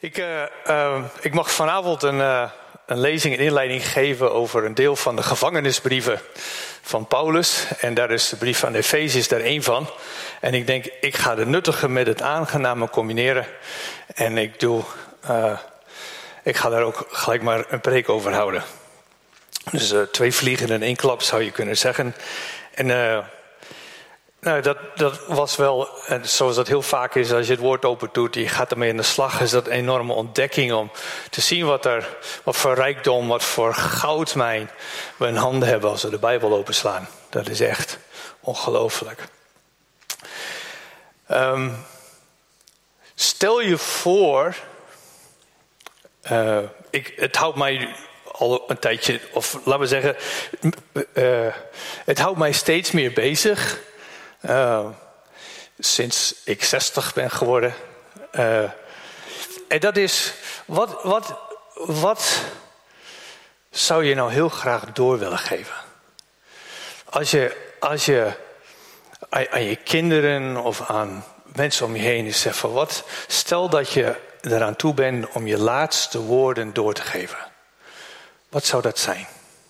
Ik mag vanavond een lezing, een inleiding geven over een deel van de gevangenisbrieven van Paulus. En daar is de brief aan de Efeziërs daar één van. En ik denk, ik ga de nuttige met het aangename combineren. En ik ga daar ook gelijk maar een preek over houden. Dus 2 vliegen in 1 klap zou je kunnen zeggen. En dat was wel, zoals dat heel vaak is, als je het woord open doet, je gaat ermee aan de slag, is dat een enorme ontdekking om te zien wat voor rijkdom, wat voor goudmijn we in handen hebben als we de Bijbel openslaan. Dat is echt ongelooflijk. Stel je voor, het houdt mij al een tijdje, of laten we zeggen, het houdt mij steeds meer bezig. Sinds ik 60 ben geworden. En dat is, wat zou je nou heel graag door willen geven? Als je aan je kinderen of aan mensen om je heen zegt van stel dat je eraan toe bent om je laatste woorden door te geven. Wat zou dat zijn?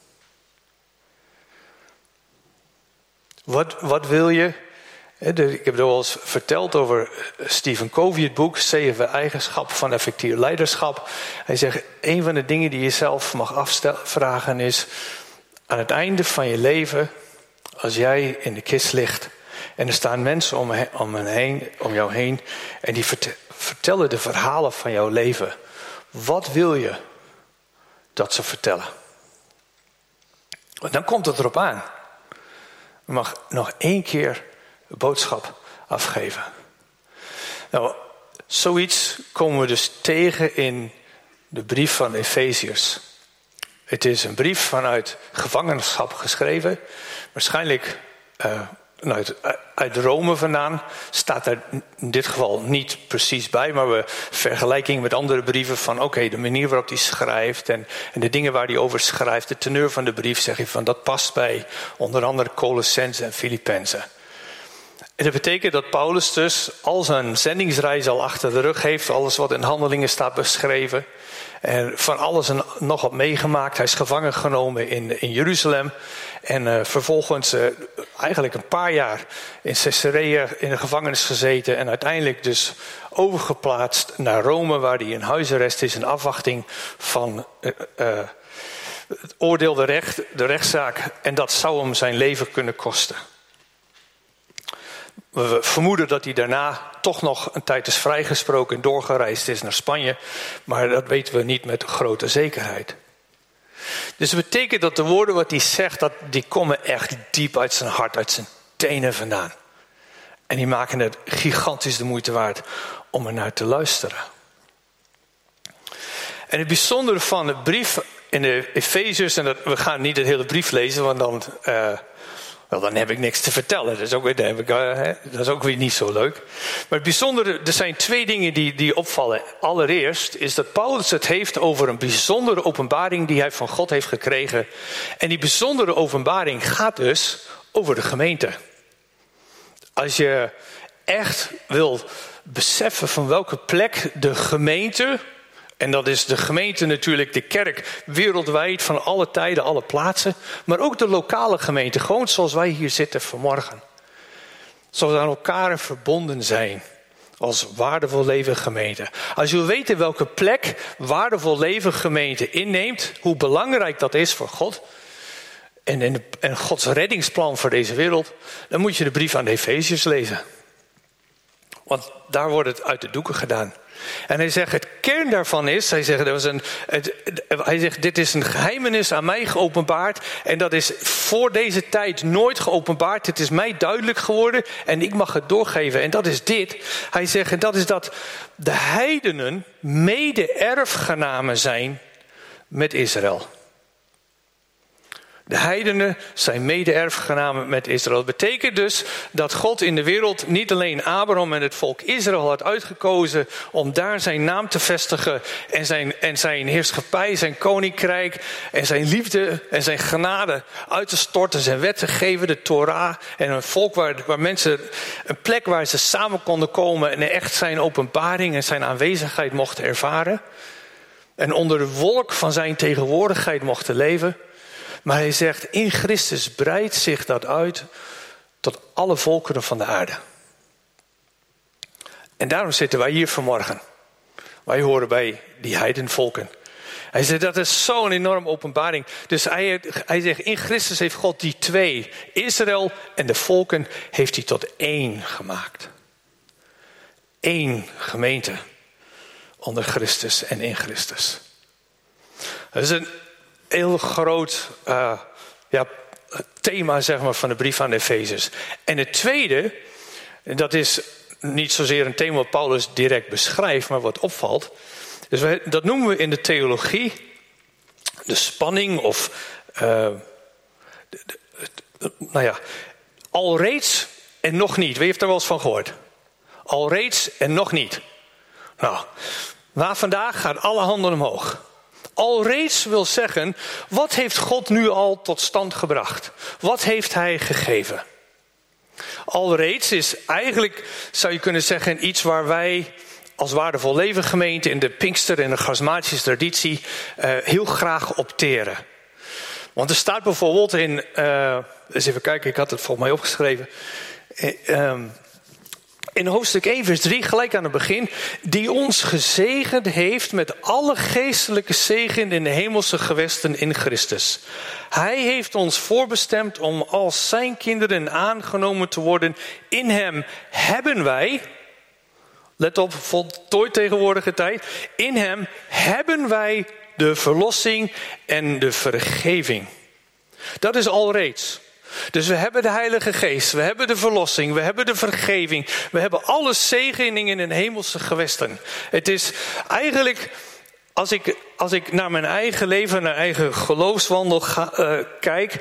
Wat wil je? Ik heb het al eens verteld over Stephen Covey, het boek 7 eigenschappen van effectief leiderschap. Hij zegt, een van de dingen die je zelf mag afvragen is, aan het einde van je leven, als jij in de kist ligt en er staan mensen om jou heen en die vertellen de verhalen van jouw leven. Wat wil je dat ze vertellen? Want dan komt het erop aan. Je mag nog 1 keer de boodschap afgeven. Nou, zoiets komen we dus tegen in de brief van Efeziërs. Het is een brief vanuit gevangenschap geschreven. Waarschijnlijk uit Rome vandaan. Staat er in dit geval niet precies bij. Maar we vergelijking met andere brieven van de manier waarop hij schrijft. En de dingen waar hij over schrijft. De teneur van de brief zeg je van dat past bij onder andere Colossense en Filippenzen. En dat betekent dat Paulus dus al zijn zendingsreis al achter de rug heeft. Alles wat in Handelingen staat beschreven. En van alles en nog wat meegemaakt. Hij is gevangen genomen in Jeruzalem. En vervolgens eigenlijk een paar jaar in Caesarea in de gevangenis gezeten. En uiteindelijk dus overgeplaatst naar Rome, waar hij in huisarrest is in afwachting van het oordeel, de rechtszaak. En dat zou hem zijn leven kunnen kosten. We vermoeden dat hij daarna toch nog een tijd is vrijgesproken en doorgereisd is naar Spanje. Maar dat weten we niet met grote zekerheid. Dus dat betekent dat de woorden wat hij zegt, die komen echt diep uit zijn hart, uit zijn tenen vandaan. En die maken het gigantisch de moeite waard om er naar te luisteren. En het bijzondere van de brief in de Efeziërs, en we gaan niet de hele brief lezen, want dan heb ik niks te vertellen. Dat is ook weer niet zo leuk. Maar het bijzondere, er zijn 2 dingen die opvallen. Allereerst is dat Paulus het heeft over een bijzondere openbaring die hij van God heeft gekregen. En die bijzondere openbaring gaat dus over de gemeente. Als je echt wil beseffen van welke plek de gemeente, en dat is de gemeente natuurlijk, de kerk, wereldwijd, van alle tijden, alle plaatsen. Maar ook de lokale gemeente, gewoon zoals wij hier zitten vanmorgen. Zoals we aan elkaar verbonden zijn als waardevol leven gemeente. Als je wil weten welke plek waardevol leven gemeente inneemt, hoe belangrijk dat is voor God en Gods reddingsplan voor deze wereld, dan moet je de brief aan de Efeziërs lezen. Want daar wordt het uit de doeken gedaan. En hij zegt, het kern daarvan is, hij zegt, dit is een geheimenis aan mij geopenbaard. En dat is voor deze tijd nooit geopenbaard. Het is mij duidelijk geworden en ik mag het doorgeven. En dat is dit. Hij zegt, en dat is dat de heidenen mede-erfgenamen zijn met Israël. De heidenen zijn mede-erfgenamen met Israël. Dat betekent dus dat God in de wereld niet alleen Abraham en het volk Israël had uitgekozen om daar zijn naam te vestigen en zijn heerschappij, zijn koninkrijk en zijn liefde en zijn genade uit te storten, zijn wet te geven, de Torah, en een volk waar mensen, een plek waar ze samen konden komen en echt zijn openbaring en zijn aanwezigheid mochten ervaren en onder de wolk van zijn tegenwoordigheid mochten leven. Maar hij zegt, in Christus breidt zich dat uit tot alle volkeren van de aarde. En daarom zitten wij hier vanmorgen. Wij horen bij die heidenvolken. Hij zegt, dat is zo'n enorme openbaring. Dus hij zegt, in Christus heeft God die twee, Israël en de volken, heeft hij tot één gemaakt. Eén gemeente onder Christus en in Christus. Dat is een heel groot thema, zeg maar, van de brief aan de Efezers. En het tweede, dat is niet zozeer een thema wat Paulus direct beschrijft, maar wat opvalt. Dus dat noemen we in de theologie de spanning of alreeds en nog niet. Wie heeft er wel eens van gehoord? Alreeds en nog niet. Nou, waar vandaag gaan alle handen omhoog. Alreeds wil zeggen, wat heeft God nu al tot stand gebracht? Wat heeft hij gegeven? Alreeds is eigenlijk, zou je kunnen zeggen, iets waar wij als Waardevol Leven gemeente in de Pinkster en de charismatische traditie heel graag opteren. Want er staat bijvoorbeeld in, eens even kijken, ik had het volgens mij opgeschreven. In hoofdstuk 1 vers 3, gelijk aan het begin, die ons gezegend heeft met alle geestelijke zegen in de hemelse gewesten in Christus. Hij heeft ons voorbestemd om als zijn kinderen aangenomen te worden. In hem hebben wij, let op, voltooid tegenwoordige tijd. In hem hebben wij de verlossing en de vergeving. Dat is alreeds. Dus we hebben de Heilige Geest, we hebben de verlossing, we hebben de vergeving. We hebben alle zegeningen in de hemelse gewesten. Het is eigenlijk, als ik naar mijn eigen leven, naar eigen geloofswandel kijk.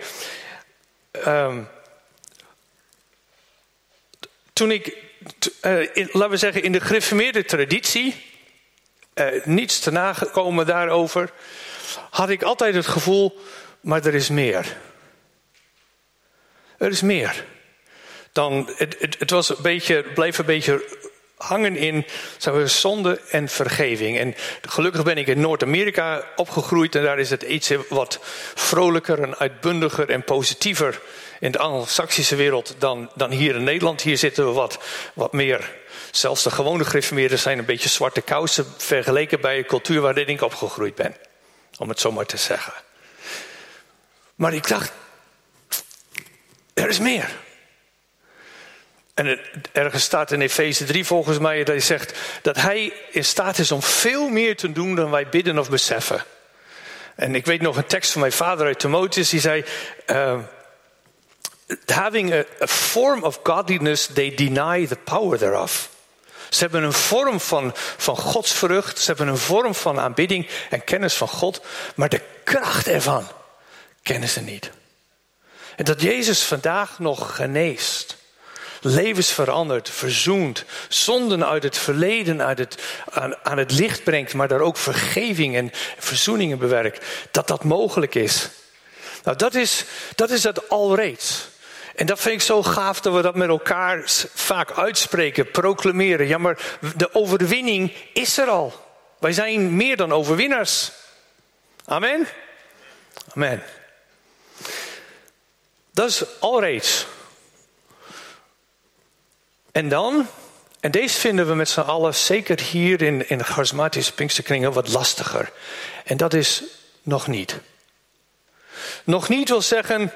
Toen ik, laten we zeggen, in de gereformeerde traditie, niets te nagekomen daarover, had ik altijd het gevoel, maar er is meer. Er is meer. Het was bleef een beetje hangen in zonde en vergeving. En gelukkig ben ik in Noord-Amerika opgegroeid en daar is het iets wat vrolijker en uitbundiger en positiever in de Anglo-Saxische wereld dan hier in Nederland. Hier zitten we wat meer. Zelfs de gewone gereformeerden zijn een beetje zwarte kousen vergeleken bij de cultuur waarin ik opgegroeid ben. Om het zo maar te zeggen. Maar ik dacht, er is meer. En ergens staat in Efeze 3 volgens mij, dat hij zegt dat hij in staat is om veel meer te doen dan wij bidden of beseffen. En ik weet nog een tekst van mijn vader uit Timotheus, die zei, having a form of godliness, they deny the power thereof. Ze hebben een vorm van godsvrucht, ze hebben een vorm van aanbidding en kennis van God, maar de kracht ervan kennen ze niet. En dat Jezus vandaag nog geneest, levens verandert, verzoent, zonden uit het verleden aan het licht brengt, maar daar ook vergeving en verzoeningen bewerkt, dat mogelijk is. Nou, dat is het alreeds. En dat vind ik zo gaaf dat we dat met elkaar vaak uitspreken, proclameren. Ja, maar de overwinning is er al. Wij zijn meer dan overwinnaars. Amen? Amen. Dat is alreeds. En dan, en deze vinden we met z'n allen, zeker hier in de charismatische Pinksterkringen, wat lastiger. En dat is nog niet. Nog niet wil zeggen,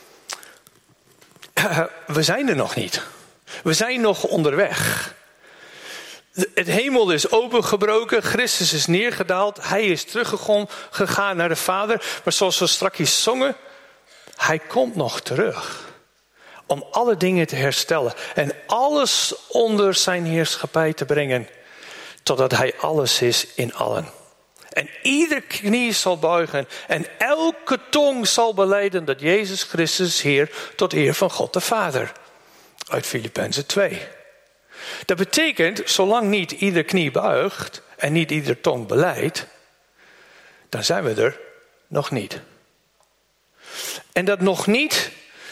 we zijn er nog niet. We zijn nog onderweg. Het hemel is opengebroken, Christus is neergedaald, hij is teruggegaan naar de Vader. Maar zoals we straks zongen, hij komt nog terug. Om alle dingen te herstellen. En alles onder zijn heerschappij te brengen. Totdat hij alles is in allen. En ieder knie zal buigen. En elke tong zal belijden dat Jezus Christus Heer tot eer van God de Vader. Uit Filippenzen 2. Dat betekent, zolang niet ieder knie buigt en niet ieder tong belijdt, dan zijn we er nog niet. En dat nog niet,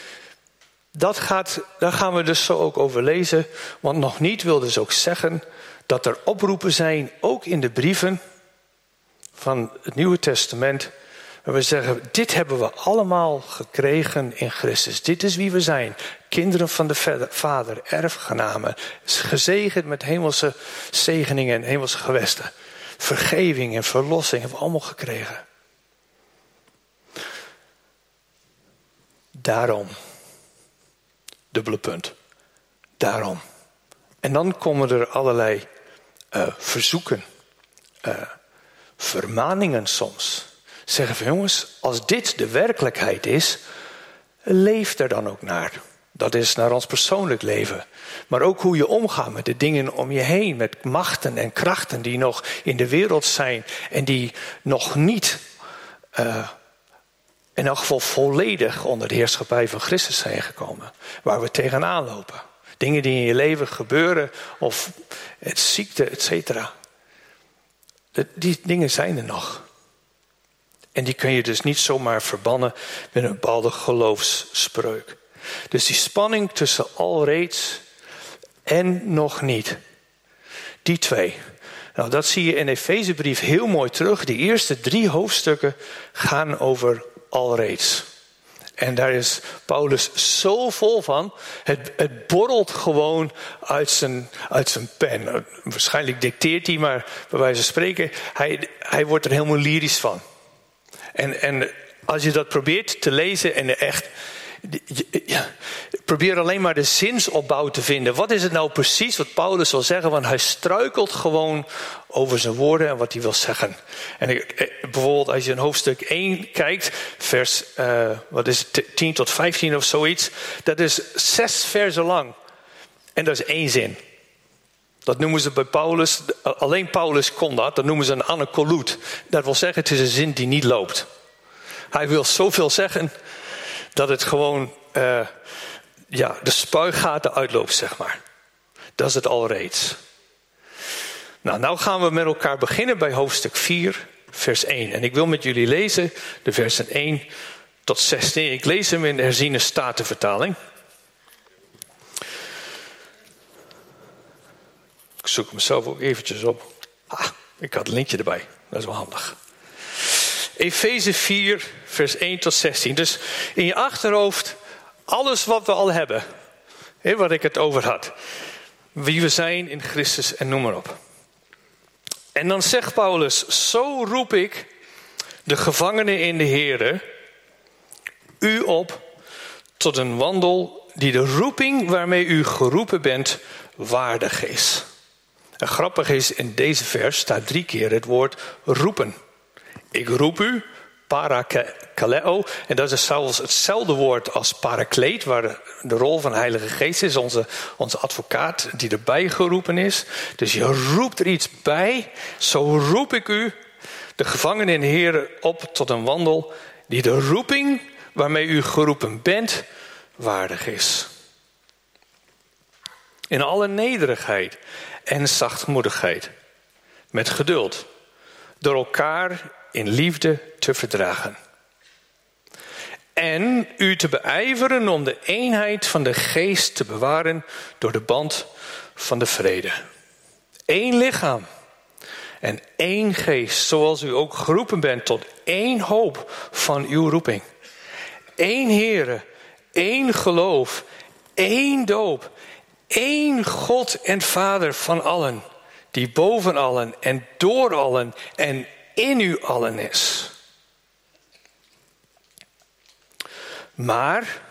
daar gaan we dus zo ook over lezen. Want nog niet wil dus ook zeggen dat er oproepen zijn, ook in de brieven van het Nieuwe Testament, waar we zeggen, dit hebben we allemaal gekregen in Christus. Dit is wie we zijn. Kinderen van de Vader, erfgenamen. Gezegend met hemelse zegeningen en hemelse gewesten. Vergeving en verlossing hebben we allemaal gekregen. Daarom. Dubbele punt. Daarom. En dan komen er allerlei verzoeken. Vermaningen soms. Zeggen van jongens, als dit de werkelijkheid is, leef er dan ook naar. Dat is naar ons persoonlijk leven. Maar ook hoe je omgaat met de dingen om je heen. Met machten en krachten die nog in de wereld zijn. En die nog niet in elk geval volledig onder de heerschappij van Christus zijn gekomen. Waar we tegenaan lopen. Dingen die in je leven gebeuren. Of het ziekte, et cetera. Die dingen zijn er nog. En die kun je dus niet zomaar verbannen met een bepaalde geloofsspreuk. Dus die spanning tussen alreeds en nog niet. Die twee. Nou, dat zie je in de Efezebrief heel mooi terug. Die eerste 3 hoofdstukken gaan over alreeds. En daar is Paulus zo vol van. Het borrelt gewoon uit zijn pen. Waarschijnlijk dicteert hij, maar bij wijze van spreken, hij wordt er helemaal lyrisch van. En als je dat probeert te lezen en echt, probeer alleen maar de zinsopbouw te vinden. Wat is het nou precies wat Paulus wil zeggen? Want hij struikelt gewoon over zijn woorden en wat hij wil zeggen. En bijvoorbeeld als je in hoofdstuk 1 kijkt, vers 10 tot 15 of zoiets. Dat is 6 versen lang. En dat is 1 zin. Dat noemen ze bij Paulus, alleen Paulus kon dat noemen ze een anacoluut. Dat wil zeggen, het is een zin die niet loopt. Hij wil zoveel zeggen dat het gewoon de spuigaten uitloopt, zeg maar. Dat is het alreeds. Nou gaan we met elkaar beginnen bij hoofdstuk 4, vers 1. En ik wil met jullie lezen de versen 1 tot 16. Ik lees hem in de herziene statenvertaling. Ik zoek hem zelf ook eventjes op. Ik had een linkje erbij. Dat is wel handig. Efeze 4, vers 1 tot 16. Dus in je achterhoofd alles wat we al hebben. Waar ik het over had. Wie we zijn in Christus en noem maar op. En dan zegt Paulus, zo roep ik de gevangenen in de Here u op tot een wandel die de roeping waarmee u geroepen bent waardig is. En grappig is, in deze vers staat 3 keer het woord roepen. Ik roep u, parakaleo. En dat is zelfs hetzelfde woord als parakleet, waar de rol van de Heilige Geest is. Onze advocaat die erbij geroepen is. Dus je roept er iets bij. Zo roep ik u, de gevangenen in de Heer, op tot een wandel die de roeping waarmee u geroepen bent waardig is. In alle nederigheid en zachtmoedigheid. Met geduld. Door elkaar in liefde te verdragen. En u te beijveren om de eenheid van de geest te bewaren door de band van de vrede. 1 lichaam en 1 geest, zoals u ook geroepen bent tot 1 hoop van uw roeping. 1 Heere, 1 geloof, 1 doop, 1 God en Vader van allen, die boven allen en door allen en in u allen is. Maar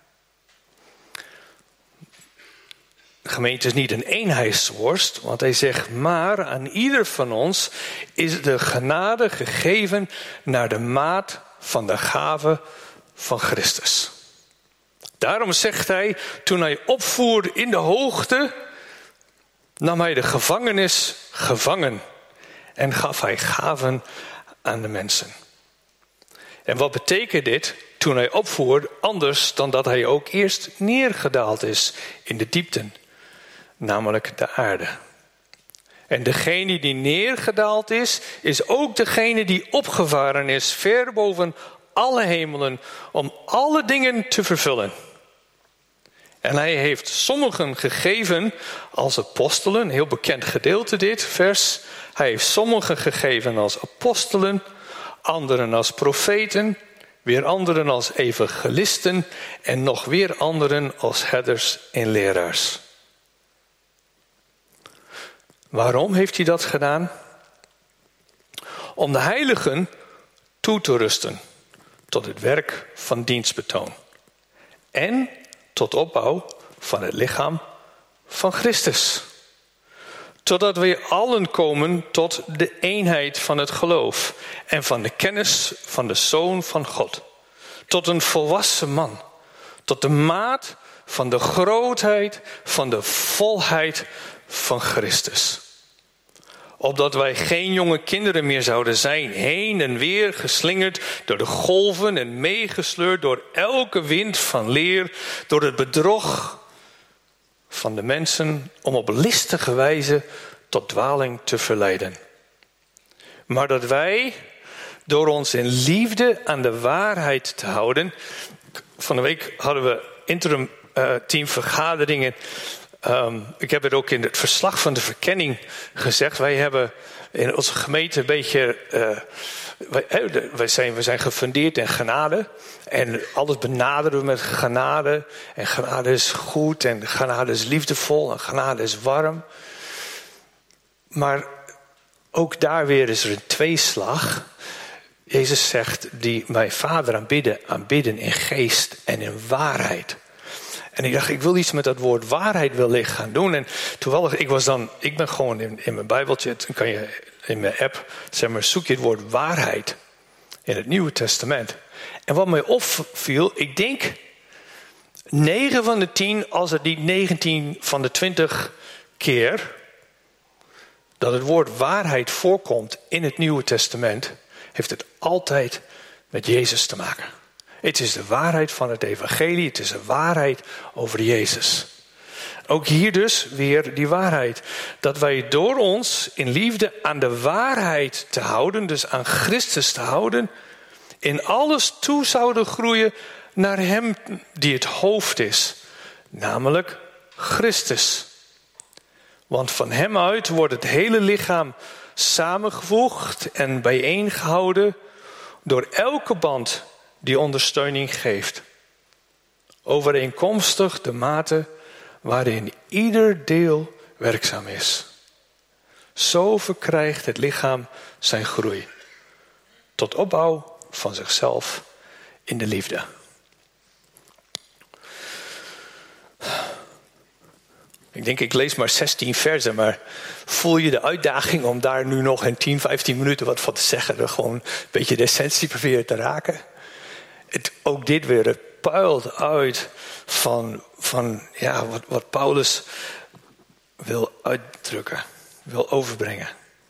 de gemeente is niet een eenheidsworst, want hij zegt, maar aan ieder van ons is de genade gegeven naar de maat van de gave van Christus. Daarom zegt hij, toen hij opvoer in de hoogte, nam hij de gevangenis gevangen en gaf hij gaven aan de mensen. En wat betekent dit toen hij opvoer, anders dan dat hij ook eerst neergedaald is in de diepten, namelijk de aarde. En degene die neergedaald is ook degene die opgevaren is, ver boven alle hemelen, om alle dingen te vervullen. En hij heeft sommigen gegeven als apostelen, een heel bekend gedeelte dit vers. Hij heeft sommigen gegeven als apostelen, anderen als profeten, weer anderen als evangelisten en nog weer anderen als herders en leraars. Waarom heeft hij dat gedaan? Om de heiligen toe te rusten tot het werk van dienstbetoon en tot opbouw van het lichaam van Christus. Totdat wij allen komen tot de eenheid van het geloof en van de kennis van de Zoon van God. Tot een volwassen man. Tot de maat van de grootheid van de volheid van Christus. Opdat wij geen jonge kinderen meer zouden zijn, heen en weer geslingerd door de golven en meegesleurd door elke wind van leer, door het bedrog van de mensen om op listige wijze tot dwaling te verleiden. Maar dat wij, door ons in liefde aan de waarheid te houden. Van de week hadden we interim teamvergaderingen. Ik heb het ook in het verslag van de verkenning gezegd. Wij hebben in onze gemeente een beetje... We zijn gefundeerd in genade. En alles benaderen we met genade. En genade is goed. En genade is liefdevol. En genade is warm. Maar ook daar weer is er een tweeslag. Jezus zegt, die mijn Vader aanbidden in geest en in waarheid. En ik dacht, ik wil iets met dat woord waarheid wellicht gaan doen. En toevallig, ik ben gewoon in mijn Bijbeltje, dan kan je in mijn app, zeg maar, zoek je het woord waarheid in het Nieuwe Testament. En wat mij opviel, ik denk 9 van de 10, als het niet 19 van de 20 keer, dat het woord waarheid voorkomt in het Nieuwe Testament, heeft het altijd met Jezus te maken. Het is de waarheid van het evangelie. Het is de waarheid over Jezus. Ook hier dus weer die waarheid. Dat wij door ons in liefde aan de waarheid te houden, dus aan Christus te houden, in alles toe zouden groeien naar hem die het hoofd is. Namelijk Christus. Want van hem uit wordt het hele lichaam samengevoegd en bijeengehouden door elke band die ondersteuning geeft. Overeenkomstig de mate waarin ieder deel werkzaam is. Zo verkrijgt het lichaam zijn groei. Tot opbouw van zichzelf in de liefde. Ik denk, ik lees maar 16 versen, maar voel je de uitdaging om daar nu nog in 10, 15 minuten wat van te zeggen? Er gewoon een beetje de essentie proberen te raken. Ook dit weer, het puilt uit van wat Paulus wil uitdrukken, wil overbrengen.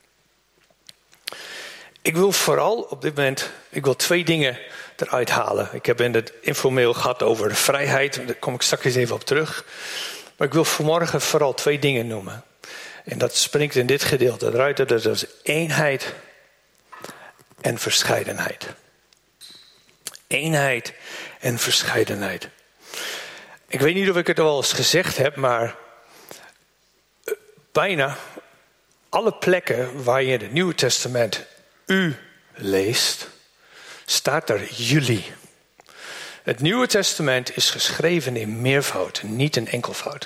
Ik wil vooral op dit moment, 2 dingen eruit halen. Ik heb in het informeel gehad over de vrijheid, daar kom ik straks eens even op terug. Maar ik wil vanmorgen vooral 2 dingen noemen. En dat springt in dit gedeelte eruit. Dat is eenheid en verscheidenheid. Eenheid en verscheidenheid. Ik weet niet of ik het al eens gezegd heb, maar bijna alle plekken waar je in het Nieuwe Testament u leest, staat er jullie. Het Nieuwe Testament is geschreven in meervoud, niet in enkelvoud.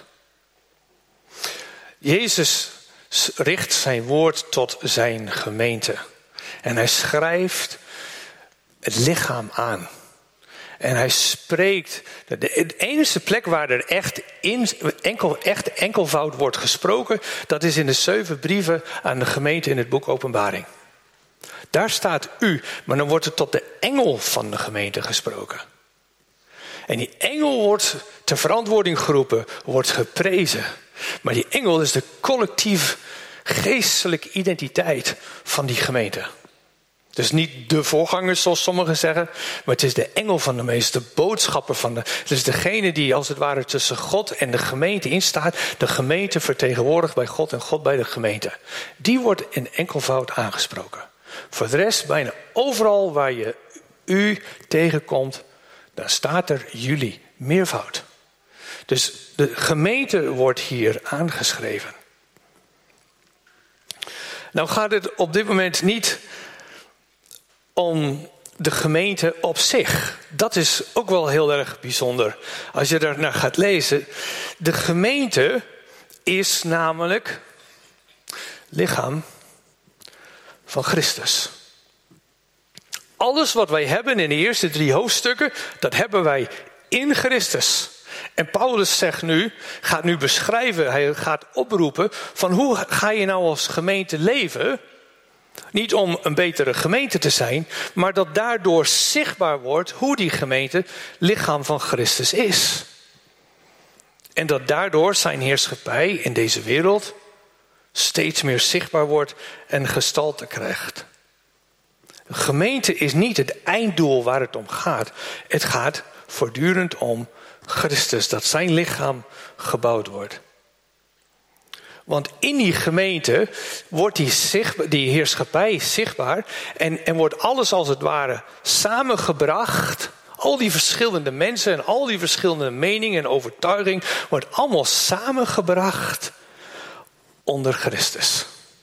Jezus richt zijn woord tot zijn gemeente. En hij schrijft het lichaam aan. En hij spreekt. De enige plek waar er echt enkelvoud wordt gesproken, dat is in de 7 brieven aan de gemeente in het boek Openbaring. Daar staat u, maar dan wordt het tot de engel van de gemeente gesproken. En die engel wordt ter verantwoording geroepen, wordt geprezen. Maar die engel is de collectief geestelijke identiteit van die gemeente. Dus niet de voorgangers zoals sommigen zeggen, maar het is de engel van de meester, de boodschapper van de... Het is degene die als het ware tussen God en de gemeente instaat. De gemeente vertegenwoordigt bij God en God bij de gemeente. Die wordt in enkelvoud aangesproken. Voor de rest, bijna overal waar je u tegenkomt, dan staat er jullie, meervoud. Dus de gemeente wordt hier aangeschreven. Nou gaat het op dit moment niet om de gemeente op zich. Dat is ook wel heel erg bijzonder. Als je daar naar gaat lezen. De gemeente is namelijk lichaam van Christus. Alles wat wij hebben in de eerste 3 hoofdstukken, dat hebben wij in Christus. En Paulus gaat nu beschrijven, hij gaat oproepen van hoe ga je nou als gemeente leven? Niet om een betere gemeente te zijn, maar dat daardoor zichtbaar wordt hoe die gemeente lichaam van Christus is. En dat daardoor zijn heerschappij in deze wereld steeds meer zichtbaar wordt en gestalte krijgt. De gemeente is niet het einddoel waar het om gaat. Het gaat voortdurend om Christus, dat zijn lichaam gebouwd wordt. Want in die gemeente wordt die heerschappij zichtbaar en wordt alles als het ware samengebracht. Al die verschillende mensen en al die verschillende meningen en overtuiging wordt allemaal samengebracht onder Christus.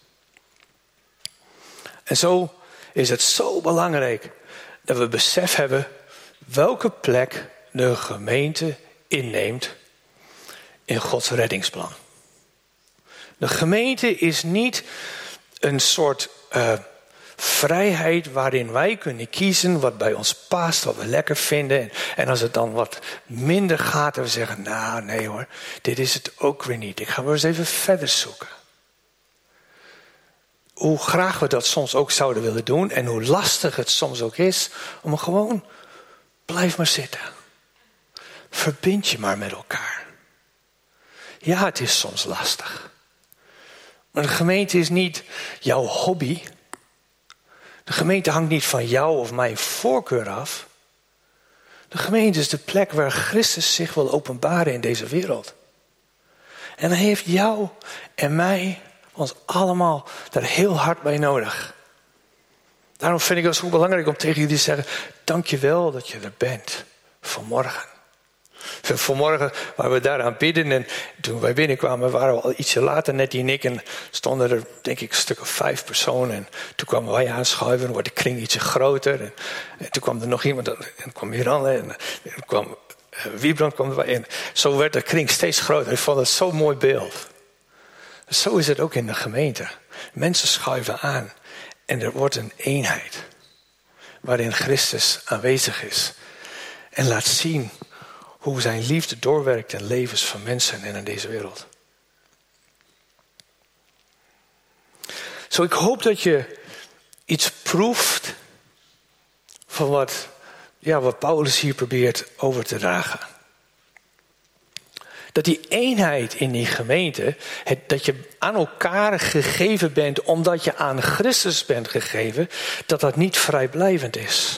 En zo is het zo belangrijk dat we besef hebben welke plek de gemeente inneemt in Gods reddingsplan. De gemeente is niet een soort vrijheid waarin wij kunnen kiezen wat bij ons past, wat we lekker vinden. En als het dan wat minder gaat en we zeggen, nou nee hoor, dit is het ook weer niet. Ik ga maar eens even verder zoeken. Hoe graag we dat soms ook zouden willen doen en hoe lastig het soms ook is om gewoon, blijf maar zitten. Verbind je maar met elkaar. Ja, het is soms lastig. Maar de gemeente is niet jouw hobby. De gemeente hangt niet van jou of mijn voorkeur af. De gemeente is de plek waar Christus zich wil openbaren in deze wereld. En hij heeft jou en mij, ons allemaal, daar heel hard bij nodig. Daarom vind ik het zo belangrijk om tegen jullie te zeggen, dank je wel dat je er bent vanmorgen. Vanmorgen waren we daar aan bidden en toen wij binnenkwamen waren we al ietsje later, net en ik, en stonden er denk ik een stuk of 5 personen. En toen kwamen wij aanschuiven en wordt de kring ietsje groter. En toen kwam er nog iemand, en kwam Miran en kwam Wiebrand kwam erbij. En zo werd de kring steeds groter. Ik vond het zo'n mooi beeld. Zo is het ook in de gemeente. Mensen schuiven aan en er wordt een eenheid waarin Christus aanwezig is en laat zien hoe zijn liefde doorwerkt in levens van mensen en in deze wereld. Zo, ik hoop dat je iets proeft van wat Paulus hier probeert over te dragen. Dat die eenheid in die gemeente, dat je aan elkaar gegeven bent omdat je aan Christus bent gegeven, dat niet vrijblijvend is.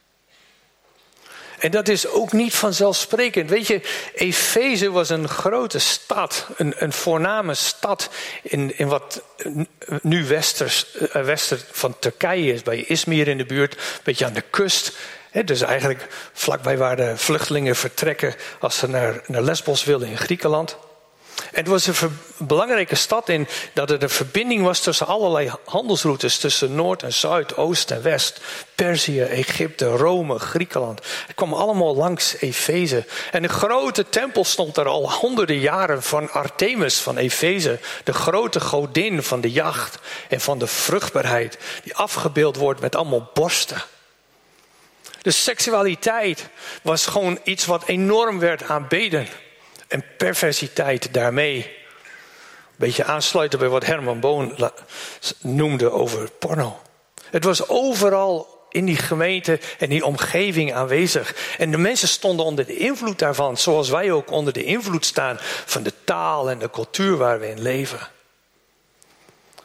En dat is ook niet vanzelfsprekend. Weet je, Efeze was een grote stad, een voorname stad in wat nu wester van Turkije is, bij Izmir in de buurt, een beetje aan de kust. Dus eigenlijk vlakbij waar de vluchtelingen vertrekken als ze naar Lesbos willen in Griekenland. En het was een belangrijke stad in dat er een verbinding was tussen allerlei handelsroutes. Tussen Noord en Zuid, Oost en West. Perzië, Egypte, Rome, Griekenland. Het kwam allemaal langs Efeze. En een grote tempel stond daar al honderden jaren van Artemis van Efeze. De grote godin van de jacht en van de vruchtbaarheid. Die afgebeeld wordt met allemaal borsten. De seksualiteit was gewoon iets wat enorm werd aanbeden. En perversiteit daarmee. Een beetje aansluiten bij wat Herman Boon noemde over porno. Het was overal in die gemeente en die omgeving aanwezig. En de mensen stonden onder de invloed daarvan. Zoals wij ook onder de invloed staan van de taal en de cultuur waar we in leven.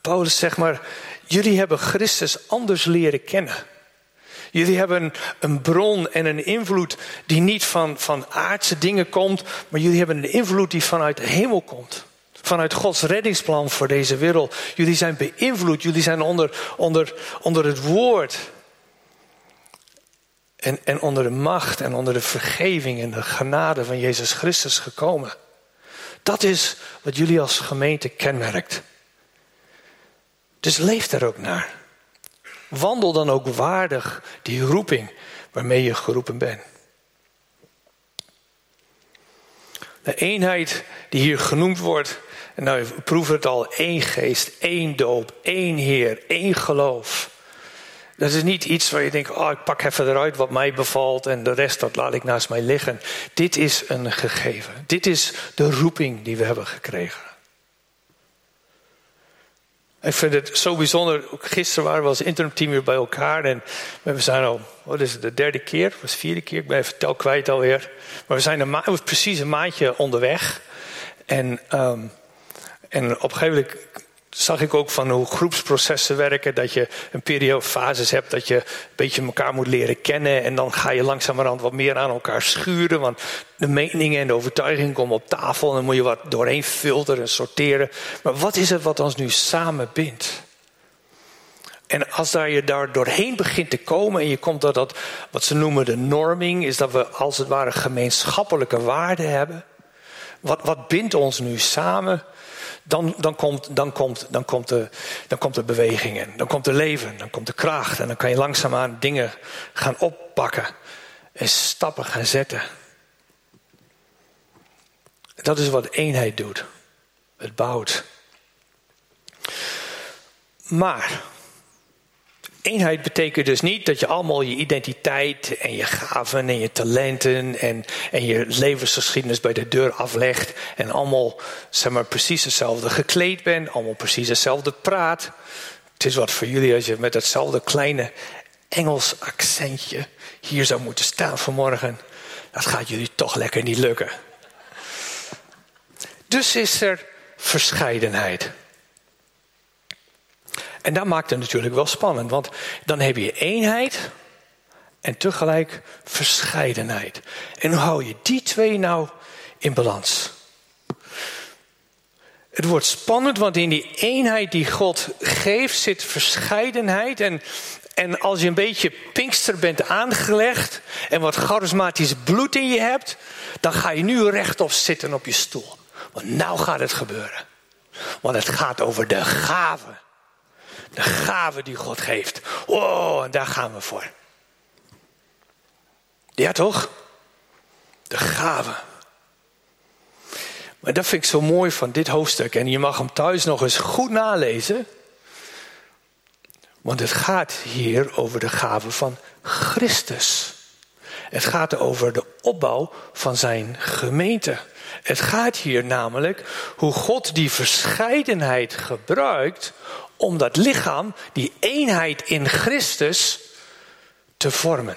Paulus zegt maar, jullie hebben Christus anders leren kennen. Jullie hebben een bron en een invloed die niet van aardse dingen komt, maar jullie hebben een invloed die vanuit de hemel komt. Vanuit Gods reddingsplan voor deze wereld. Jullie zijn beïnvloed, jullie zijn onder het woord. En onder de macht en onder de vergeving en de genade van Jezus Christus gekomen. Dat is wat jullie als gemeente kenmerkt. Dus leef daar ook naar. Wandel dan ook waardig die roeping waarmee je geroepen bent. De eenheid die hier genoemd wordt, en nou, we proeven het al, één geest, één doop, één Heer, één geloof. Dat is niet iets waar je denkt, ik pak even eruit wat mij bevalt en de rest dat laat ik naast mij liggen. Dit is een gegeven. Dit is de roeping die we hebben gekregen. Ik vind het zo bijzonder. Ook gisteren waren we als interimteam weer bij elkaar. En we zijn al, wat is het, de derde keer? Het was de vierde keer. Ik ben even tel kwijt alweer. Maar we zijn precies een maandje onderweg. En op een gegeven moment zag ik ook van hoe groepsprocessen werken. Dat je een periode fases hebt dat je een beetje elkaar moet leren kennen. En dan ga je langzamerhand wat meer aan elkaar schuren. Want de meningen en de overtuigingen komen op tafel. En dan moet je wat doorheen filteren en sorteren. Maar wat is het wat ons nu samen bindt? En als je daar doorheen begint te komen. En je komt tot dat wat ze noemen de norming. Is dat we als het ware gemeenschappelijke waarden hebben. Wat bindt ons nu samen? Dan komt de beweging in. Dan komt de leven. Dan komt de kracht. En dan kan je langzaamaan dingen gaan oppakken. En stappen gaan zetten. Dat is wat eenheid doet. Het bouwt. Maar eenheid betekent dus niet dat je allemaal je identiteit en je gaven en je talenten en je levensgeschiedenis bij de deur aflegt. En allemaal, zeg maar, precies hetzelfde gekleed bent. Allemaal precies hetzelfde praat. Het is wat voor jullie als je met hetzelfde kleine Engels accentje hier zou moeten staan vanmorgen. Dat gaat jullie toch lekker niet lukken. Dus is er verscheidenheid. En dat maakt het natuurlijk wel spannend. Want dan heb je eenheid en tegelijk verscheidenheid. En hoe hou je die twee nou in balans? Het wordt spannend, want in die eenheid die God geeft zit verscheidenheid. En als je een beetje Pinkster bent aangelegd en wat charismatisch bloed in je hebt, dan ga je nu rechtop zitten op je stoel. Want nou gaat het gebeuren. Want het gaat over de gaven. De gaven die God geeft. Oh, en daar gaan we voor. Ja, toch? De gaven. Maar dat vind ik zo mooi van dit hoofdstuk. En je mag hem thuis nog eens goed nalezen. Want het gaat hier over de gaven van Christus. Het gaat over de opbouw van zijn gemeente. Het gaat hier namelijk hoe God die verscheidenheid gebruikt om dat lichaam, die eenheid in Christus, te vormen.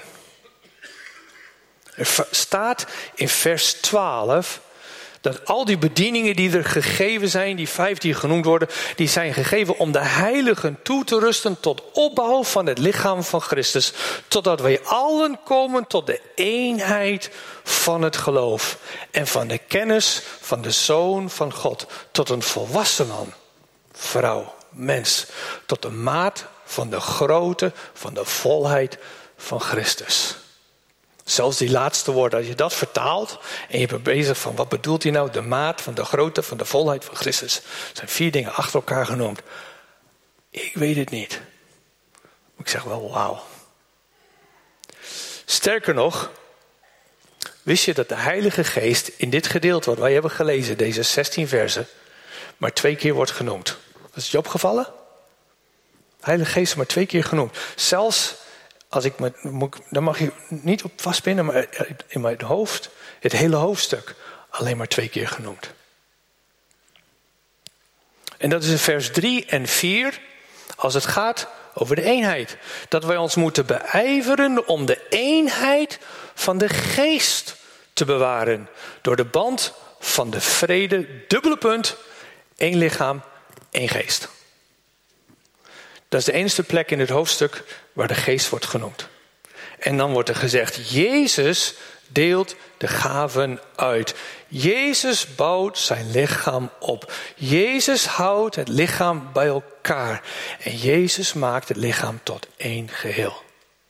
Er staat in vers 12 dat al die bedieningen die er gegeven zijn, die 5 die genoemd worden, die zijn gegeven om de heiligen toe te rusten tot opbouw van het lichaam van Christus. Totdat wij allen komen tot de eenheid van het geloof en van de kennis van de Zoon van God. Tot een volwassen man, vrouw, mens. Tot de maat van de grootte van de volheid van Christus. Zelfs die laatste woorden, als je dat vertaalt en je bent bezig van wat bedoelt hij nou? De maat van de grootte van de volheid van Christus. Er zijn 4 dingen achter elkaar genoemd. Ik weet het niet. Maar ik zeg wel wauw. Sterker nog, wist je dat de Heilige Geest in dit gedeelte wat wij hebben gelezen, deze 16 versen, maar 2 keer wordt genoemd. Was het je opgevallen? De Heilige Geest is maar 2 keer genoemd. Zelfs als ik dan mag je niet op vastpinnen, maar in mijn hoofd, het hele hoofdstuk, alleen maar 2 keer genoemd. En dat is in vers 3 en 4, als het gaat over de eenheid. Dat wij ons moeten beijveren om de eenheid van de geest te bewaren. Door de band van de vrede, dubbele punt, 1 lichaam, 1 geest. Dat is de enige plek in het hoofdstuk waar de geest wordt genoemd. En dan wordt er gezegd, Jezus deelt de gaven uit. Jezus bouwt zijn lichaam op. Jezus houdt het lichaam bij elkaar. En Jezus maakt het lichaam tot één geheel.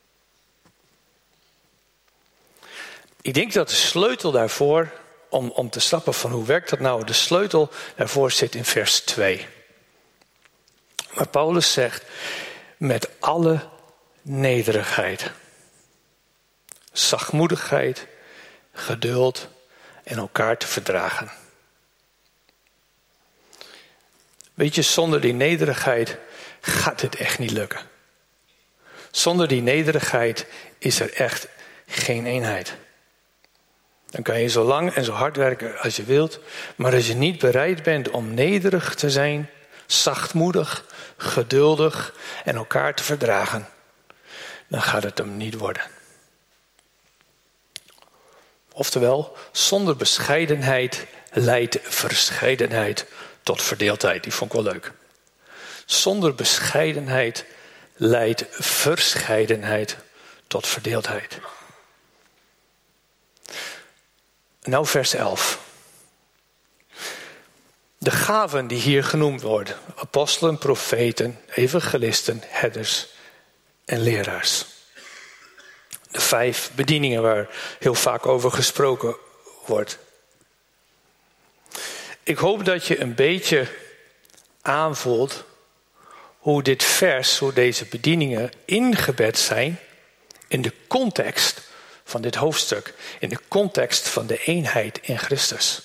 Ik denk dat de sleutel daarvoor, om te snappen van hoe werkt dat nou, de sleutel daarvoor zit in vers 2. Maar Paulus zegt, met alle nederigheid, zachtmoedigheid, geduld en elkaar te verdragen. Weet je, zonder die nederigheid gaat het echt niet lukken. Zonder die nederigheid is er echt geen eenheid. Dan kan je zo lang en zo hard werken als je wilt. Maar als je niet bereid bent om nederig te zijn, zachtmoedig, geduldig en elkaar te verdragen, dan gaat het hem niet worden. Oftewel, zonder bescheidenheid leidt verscheidenheid tot verdeeldheid. Die vond ik wel leuk. Zonder bescheidenheid leidt verscheidenheid tot verdeeldheid. Nou vers 11. De gaven die hier genoemd worden. Apostelen, profeten, evangelisten, herders en leraars. De 5 bedieningen waar heel vaak over gesproken wordt. Ik hoop dat je een beetje aanvoelt hoe dit vers, hoe deze bedieningen ingebed zijn in de context van dit hoofdstuk. In de context van de eenheid in Christus.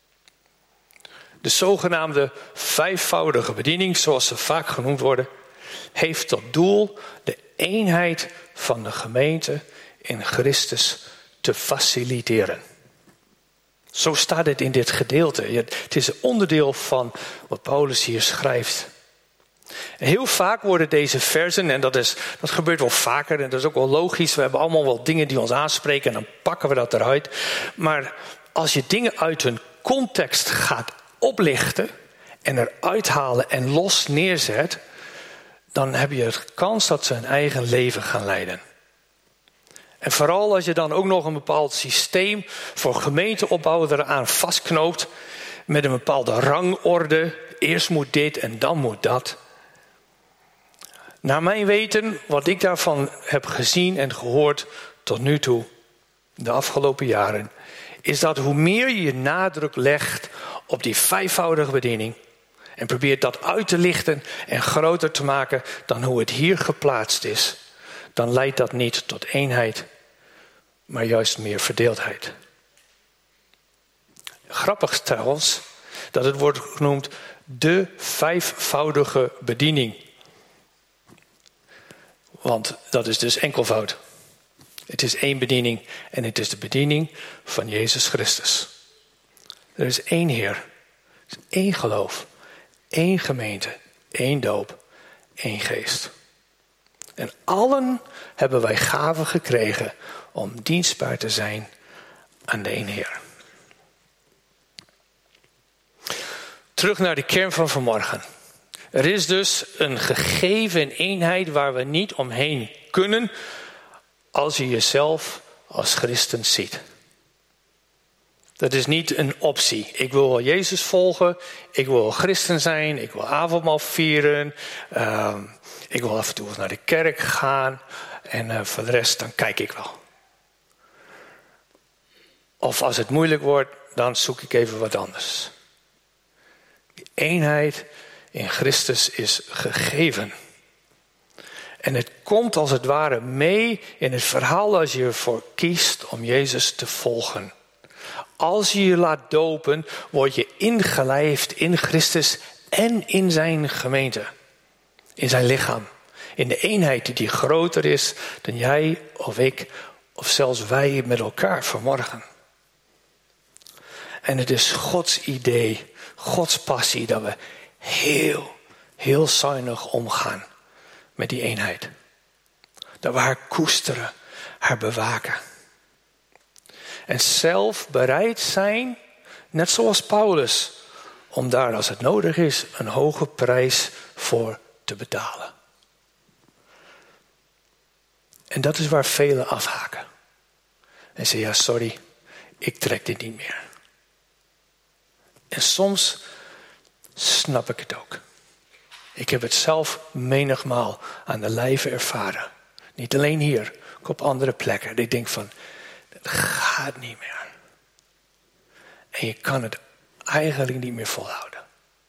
De zogenaamde 5voudige bediening, zoals ze vaak genoemd worden, heeft tot doel de eenheid van de gemeente in Christus te faciliteren. Zo staat het in dit gedeelte. Het is een onderdeel van wat Paulus hier schrijft. En heel vaak worden deze versen, en dat gebeurt wel vaker en dat is ook wel logisch. We hebben allemaal wel dingen die ons aanspreken en dan pakken we dat eruit. Maar als je dingen uit hun context gaat oplichten en eruit halen en los neerzet, dan heb je de kans dat ze hun eigen leven gaan leiden. En vooral als je dan ook nog een bepaald systeem voor gemeenteopbouw eraan vastknoopt, met een bepaalde rangorde. Eerst moet dit en dan moet dat. Naar mijn weten, wat ik daarvan heb gezien en gehoord tot nu toe, de afgelopen jaren, is dat hoe meer je nadruk legt op die 5voudige bediening en probeert dat uit te lichten en groter te maken dan hoe het hier geplaatst is, dan leidt dat niet tot eenheid, maar juist meer verdeeldheid. Grappig trouwens dat het wordt genoemd de 5voudige bediening. Want dat is dus enkelvoud. Het is één bediening en het is de bediening van Jezus Christus. Er is één Heer, er is één geloof, één gemeente, één doop, één geest. En allen hebben wij gaven gekregen om dienstbaar te zijn aan de één Heer. Terug naar de kern van vanmorgen. Er is dus een gegeven eenheid waar we niet omheen kunnen als je jezelf als christen ziet. Dat is niet een optie. Ik wil wel Jezus volgen, ik wil wel christen zijn, ik wil avondmaal vieren, ik wil af en toe naar de kerk gaan en voor de rest dan kijk ik wel. Of als het moeilijk wordt, dan zoek ik even wat anders. Die eenheid in Christus is gegeven. En het komt als het ware mee in het verhaal als je ervoor kiest om Jezus te volgen. Als je je laat dopen, word je ingelijfd in Christus en in zijn gemeente. In zijn lichaam. In de eenheid die groter is dan jij of ik of zelfs wij met elkaar vanmorgen. En het is Gods idee, Gods passie dat we heel zuinig omgaan met die eenheid. Dat we haar koesteren, haar bewaken. En zelf bereid zijn, net zoals Paulus, om daar als het nodig is een hoge prijs voor te betalen. En dat is waar velen afhaken. En zeggen, ja sorry, ik trek dit niet meer. En soms snap ik het ook. Ik heb het zelf menigmaal aan de lijve ervaren. Niet alleen hier, ook op andere plekken. Dat ik denk van, dat gaat niet meer. En je kan het eigenlijk niet meer volhouden.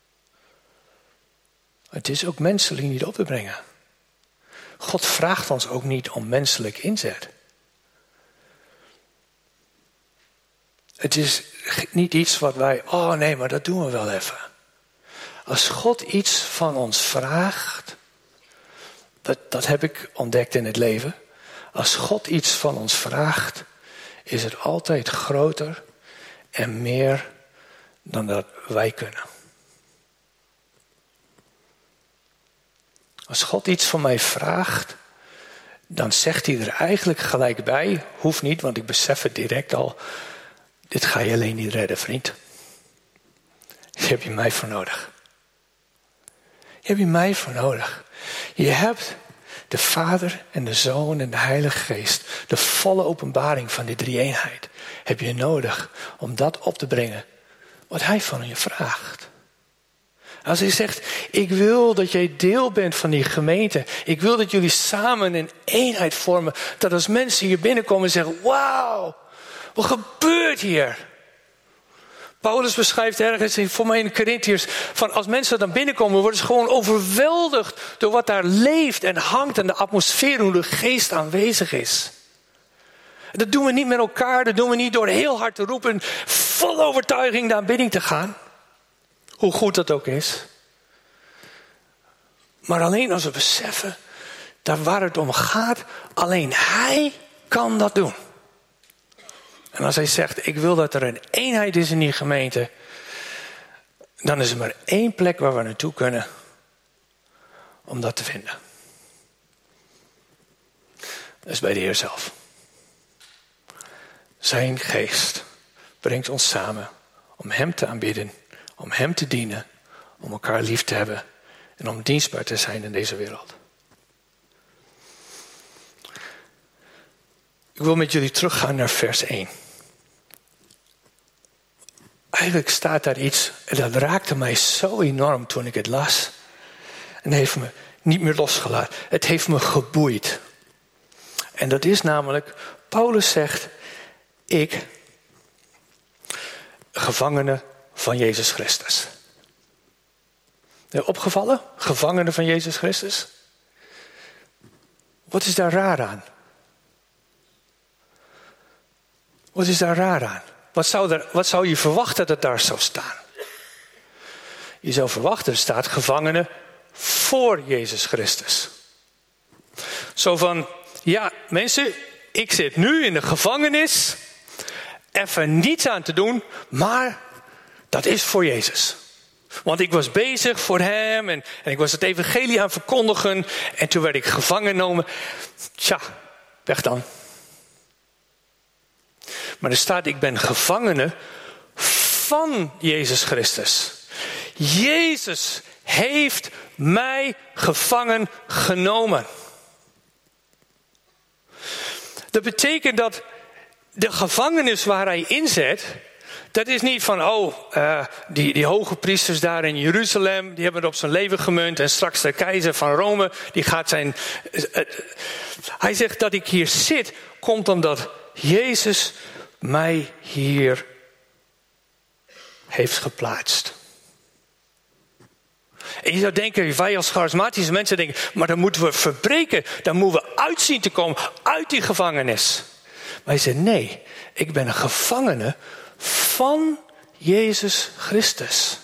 Het is ook menselijk niet op te brengen. God vraagt ons ook niet om menselijk inzet. Het is niet iets wat wij, oh nee, maar dat doen we wel even. Als God iets van ons vraagt, dat heb ik ontdekt in het leven. Als God iets van ons vraagt, is het altijd groter en meer dan dat wij kunnen. Als God iets van mij vraagt, dan zegt hij er eigenlijk gelijk bij. Hoeft niet, want ik besef het direct al. Dit ga je alleen niet redden, vriend. Hier heb je mij voor nodig. Hier heb je mij voor nodig. Je hebt de Vader en de Zoon en de Heilige Geest. De volle openbaring van die drie-eenheid. Heb je nodig om dat op te brengen. Wat hij van je vraagt. Als hij zegt, ik wil dat jij deel bent van die gemeente. Ik wil dat jullie samen een eenheid vormen. Dat als mensen hier binnenkomen en zeggen, wauw, wat gebeurt hier? Paulus beschrijft ergens voor mij in de Korintiërs, van als mensen dan binnenkomen, worden ze gewoon overweldigd door wat daar leeft en hangt en de atmosfeer, hoe de geest aanwezig is. Dat doen we niet met elkaar, dat doen we niet door heel hard te roepen, vol overtuiging naar binnen te gaan. Hoe goed dat ook is. Maar alleen als we beseffen dat waar het om gaat, alleen hij kan dat doen. En als hij zegt, ik wil dat er een eenheid is in die gemeente, dan is er maar één plek waar we naartoe kunnen om dat te vinden. Dat is bij de Heer zelf. Zijn geest brengt ons samen om hem te aanbidden, om hem te dienen, om elkaar lief te hebben en om dienstbaar te zijn in deze wereld. Ik wil met jullie teruggaan naar vers 1. Eigenlijk staat daar iets, en dat raakte mij zo enorm toen ik het las. En heeft me niet meer losgelaten. Het heeft me geboeid. En dat is namelijk, Paulus zegt, ik, gevangene van Jezus Christus. Opgevallen? Gevangene van Jezus Christus? Wat is daar raar aan? Wat is daar raar aan? Wat zou je verwachten dat daar zou staan? Je zou verwachten, er staat gevangene voor Jezus Christus. Zo van, ja mensen, ik zit nu in de gevangenis. Even niets aan te doen, maar dat is voor Jezus. Want ik was bezig voor hem en ik was het evangelie aan verkondigen. En toen werd ik gevangen genomen. Tja, weg dan. Maar er staat, ik ben gevangene van Jezus Christus. Jezus heeft mij gevangen genomen. Dat betekent dat de gevangenis waar hij inzet, dat is niet van, die hoge priesters daar in Jeruzalem, die hebben het op zijn leven gemunt en straks de keizer van Rome, die gaat zijn... Hij zegt dat ik hier zit, komt omdat Jezus mij hier heeft geplaatst. En je zou denken, wij als charismatische mensen denken, maar dan moeten we verbreken, dan moeten we uitzien te komen uit die gevangenis. Maar hij zegt, nee, ik ben een gevangene van Jezus Christus.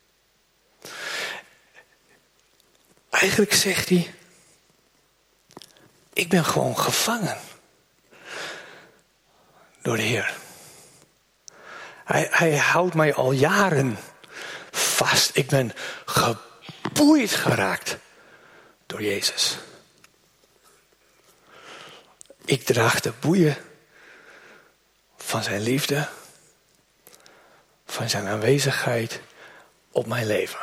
Eigenlijk zegt hij, ik ben gewoon gevangen door de Heer. Hij houdt mij al jaren vast. Ik ben geboeid geraakt door Jezus. Ik draag de boeien van zijn liefde, van zijn aanwezigheid op mijn leven.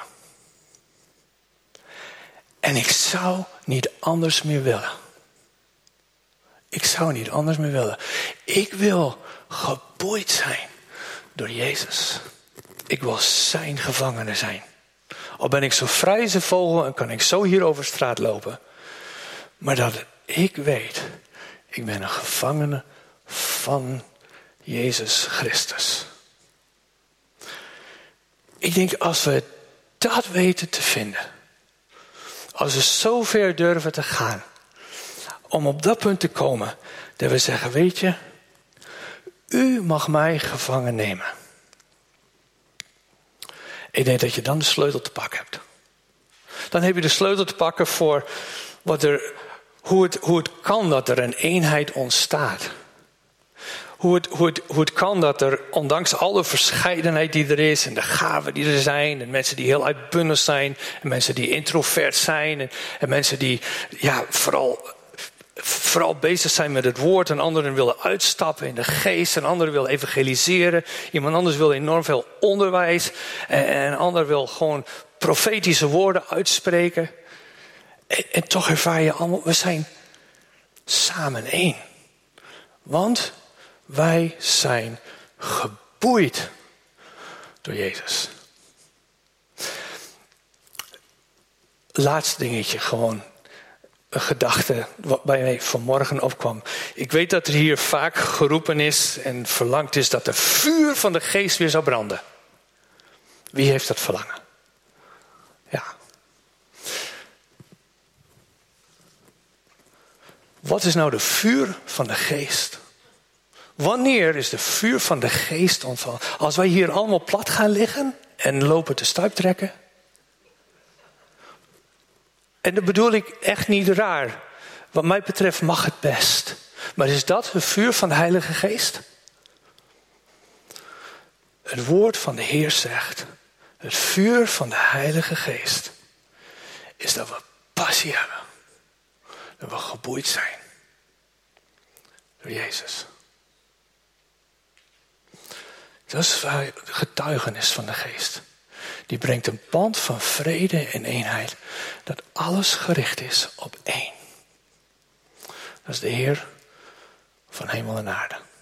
En ik zou niet anders meer willen. Ik zou niet anders meer willen. Ik wil geboeid zijn door Jezus. Ik wil zijn gevangene zijn. Al ben ik zo vrij als een vogel en kan ik zo hier over straat lopen. Maar dat ik weet, ik ben een gevangene van Jezus Christus. Ik denk als we dat weten te vinden. Als we zo ver durven te gaan. Om op dat punt te komen. Dat we zeggen, weet je. U mag mij gevangen nemen. Ik denk dat je dan de sleutel te pakken hebt. Dan heb je de sleutel te pakken voor hoe het kan dat er een eenheid ontstaat. Hoe het kan dat er, ondanks alle verscheidenheid die er is, en de gaven die er zijn, en mensen die heel uitbundig zijn, en mensen die introvert zijn, en mensen die vooral bezig zijn met het woord, en anderen willen uitstappen in de geest, en anderen willen evangeliseren, iemand anders wil enorm veel onderwijs, en een ander wil gewoon profetische woorden uitspreken. En toch ervaar je allemaal, we zijn samen één. Want wij zijn geboeid door Jezus. Laatste dingetje, gewoon een gedachte wat bij mij vanmorgen opkwam. Ik weet dat er hier vaak geroepen is en verlangd is dat de vuur van de geest weer zou branden. Wie heeft dat verlangen? Ja. Wat is nou de vuur van de geest? Wanneer is de vuur van de geest ontvallen? Als wij hier allemaal plat gaan liggen en lopen te stuiptrekken. En dat bedoel ik echt niet raar. Wat mij betreft mag het best. Maar is dat het vuur van de Heilige Geest? Het woord van de Heer zegt. Het vuur van de Heilige Geest. Is dat we passie hebben. Dat we geboeid zijn. Door Jezus. Dat is het getuigenis van de Geest. Die brengt een band van vrede en eenheid. Dat alles gericht is op één. Dat is de Heer van hemel en aarde.